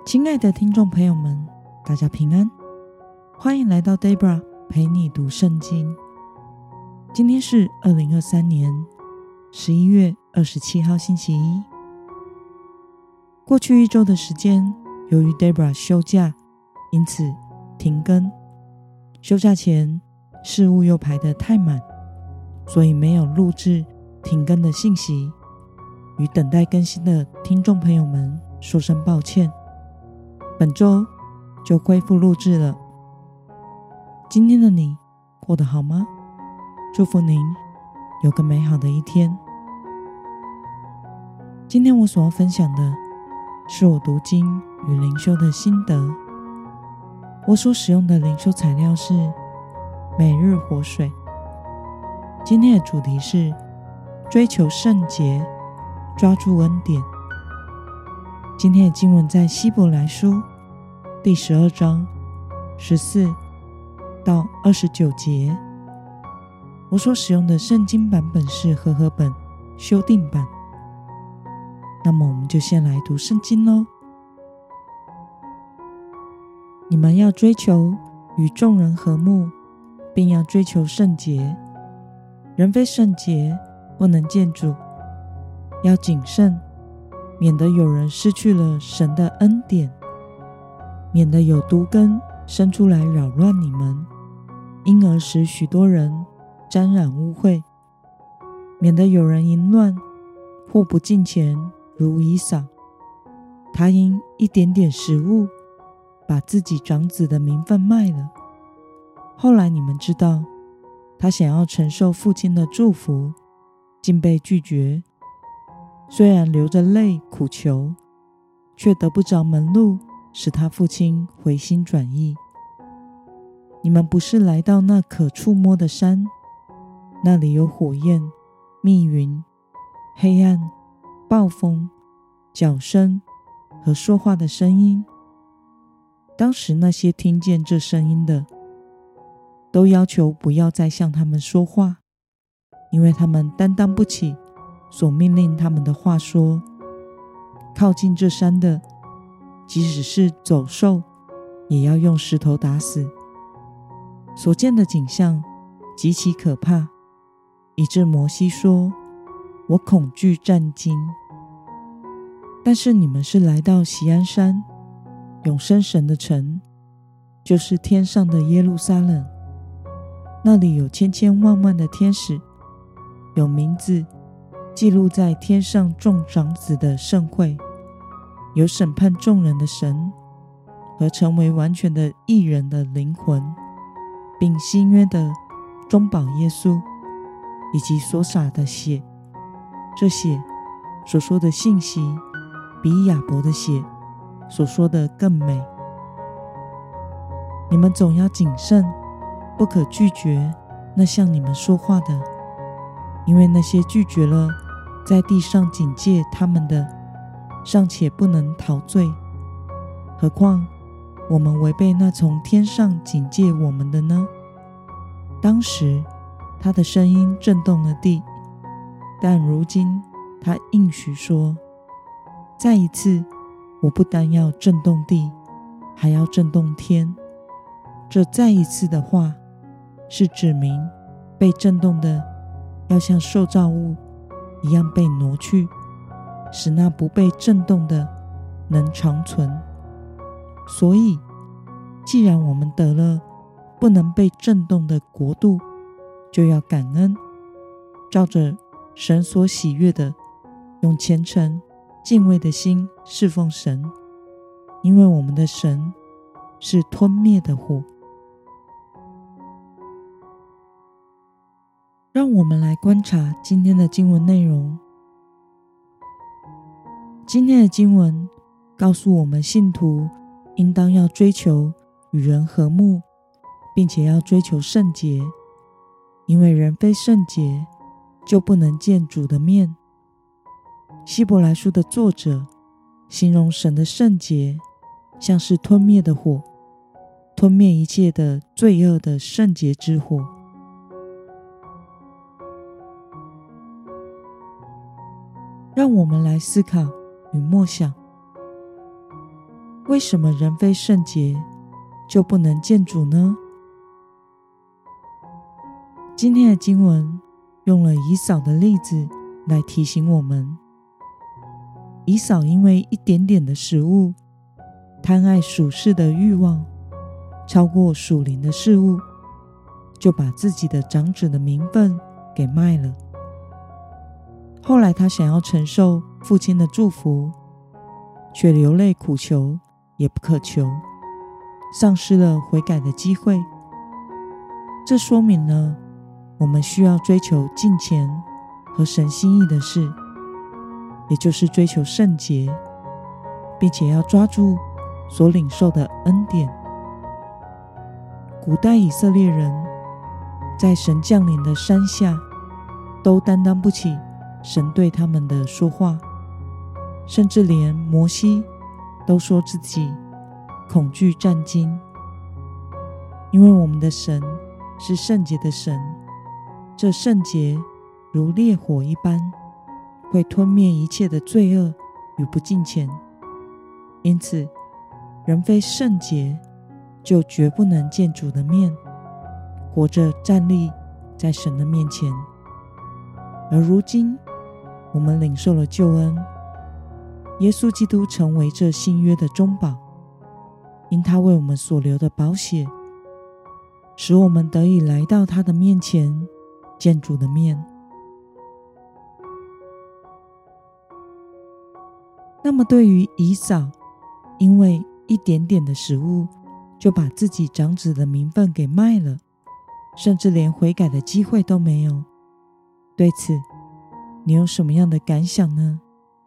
亲爱的听众朋友们，大家平安，欢迎来到 Debra 陪你读圣经。今天是2023年11月27号星期一。过去一周的时间，由于 Debra 休假，因此停更。休假前事务又排得太满，所以没有录制停更的信息，与等待更新的听众朋友们说声抱歉。本周就恢复录制了。今天的你过得好吗？祝福您有个美好的一天。今天我所要分享的是我读经与灵修的心得。我所使用的灵修材料是每日活水。今天的主题是追求圣洁，抓住恩典。今天的经文在希伯来书第12章14到29节。我所使用的圣经版本是和合本修订版。那么我们就先来读圣经咯。你们要追求与众人和睦，并要追求圣洁。人非圣洁，不能见主。要谨慎，免得有人失去了神的恩典，免得有毒根生出来扰乱你们，因而使许多人沾染污秽，免得有人淫乱，或不敬虔如以扫。他因一点点食物，把自己长子的名分卖了。后来你们知道，他想要承受父亲的祝福，竟被拒绝。虽然流着泪苦求，却得不着门路，使他父亲回心转意。你们不是来到那可触摸的山，那里有火焰、密云、黑暗、暴风、角声和说话的声音。当时那些听见这声音的，都要求不要再向他们说话，因为他们担当不起所命令他们的话说。靠近这山的，即使是走兽，也要用石头打死。所见的景象极其可怕，以致摩西说：我恐惧战惊。但是你们是来到锡安山，永生神的城，就是天上的耶路撒冷。那里有千千万万的天使，有名字记录在天上众长子的盛会，有审判众人的神，和成为完全的义人的灵魂，并新约的中保耶稣，以及所洒的血。这血所说的信息，比亚伯的血所说的更美。你们总要谨慎，不可拒绝那向你们说话的，因为那些拒绝了在地上警戒他们的，尚且不能逃罪，何况我们违背那从天上警戒我们的呢？当时他的声音震动了地，但如今他应许说，再一次，我不单要震动地，还要震动天。这再一次的话，是指明被震动的要像受造物一样被挪去，使那不被震动的能长存。所以既然我们得了不能被震动的国度，就要感恩，照着神所喜悦的，用虔诚敬畏的心侍奉神，因为我们的神是吞灭的火。让我们来观察今天的经文内容。今天的经文告诉我们，信徒应当要追求与人和睦，并且要追求圣洁，因为人非圣洁，就不能见主的面。希伯来书的作者形容神的圣洁像是吞灭的火，吞灭一切的罪恶的圣洁之火。让我们来思考与默想， 为什么人非圣洁就不能见主呢？今天的经文用了以扫的例子来提醒我们，以扫因为一点点的食物，贪爱属世的欲望，超过属灵的事物，就把自己的长子的名分给卖了。后来他想要承受父亲的祝福，却流泪苦求也不可求，丧失了悔改的机会。这说明了我们需要追求敬虔和神心意的事，也就是追求圣洁，并且要抓住所领受的恩典。古代以色列人在神降临的山下，都担当不起神对他们的说话，甚至连摩西都说自己恐惧战惊。因为我们的神是圣洁的神，这圣洁如烈火一般，会吞灭一切的罪恶与不敬虔。因此，人非圣洁，就绝不能见主的面，活着站立在神的面前。而如今，我们领受了救恩，耶稣基督成为这新约的中保，因他为我们所流的宝血，使我们得以来到他的面前，见主的面。那么对于以扫，因为一点点的食物，就把自己长子的名分给卖了，甚至连悔改的机会都没有，对此你有什么样的感想呢？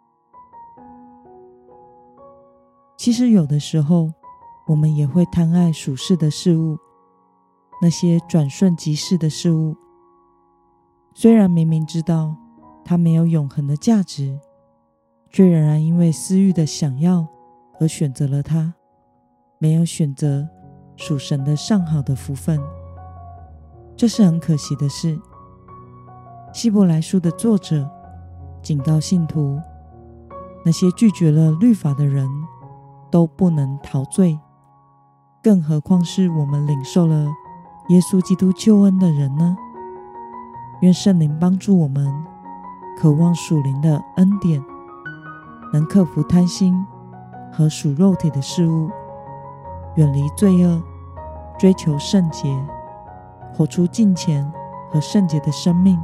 其实有的时候，我们也会贪爱属世的事物，那些转瞬即逝的事物，虽然明明知道它没有永恒的价值，却仍然因为私欲的想要而选择了它，没有选择属神的上好的福分。这是很可惜的事。希伯来书的作者警告信徒，那些拒绝了律法的人都不能逃罪，更何况是我们领受了耶稣基督救恩的人呢？愿圣灵帮助我们渴望属灵的恩典，能克服贪心和属肉体的事物，远离罪恶，追求圣洁，活出敬虔和圣洁的生命。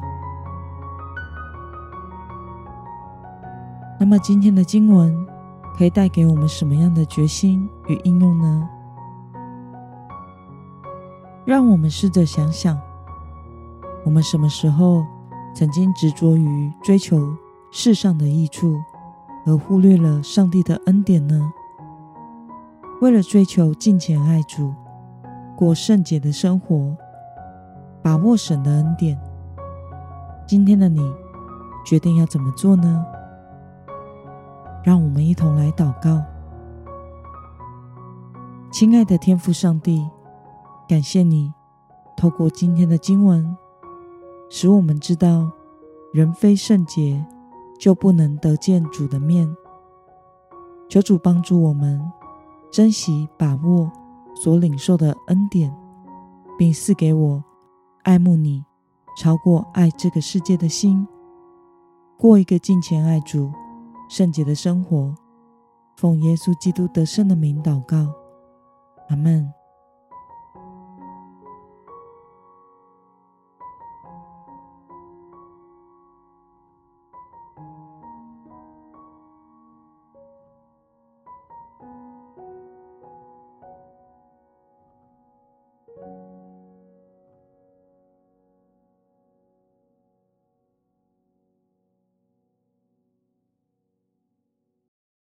那么今天的经文可以带给我们什么样的决心与应用呢？让我们试着想想，我们什么时候曾经执着于追求世上的益处，而忽略了上帝的恩典呢？为了追求敬虔爱主，过圣洁的生活，把握神的恩典，今天的你决定要怎么做呢？让我们一同来祷告。亲爱的天父上帝，感谢你透过今天的经文，使我们知道人非圣洁就不能得见主的面。求主帮助我们珍惜把握所领受的恩典，并赐给我爱慕你超过爱这个世界的心，过一个敬虔爱主圣洁的生活。奉耶稣基督得胜的名祷告，阿们。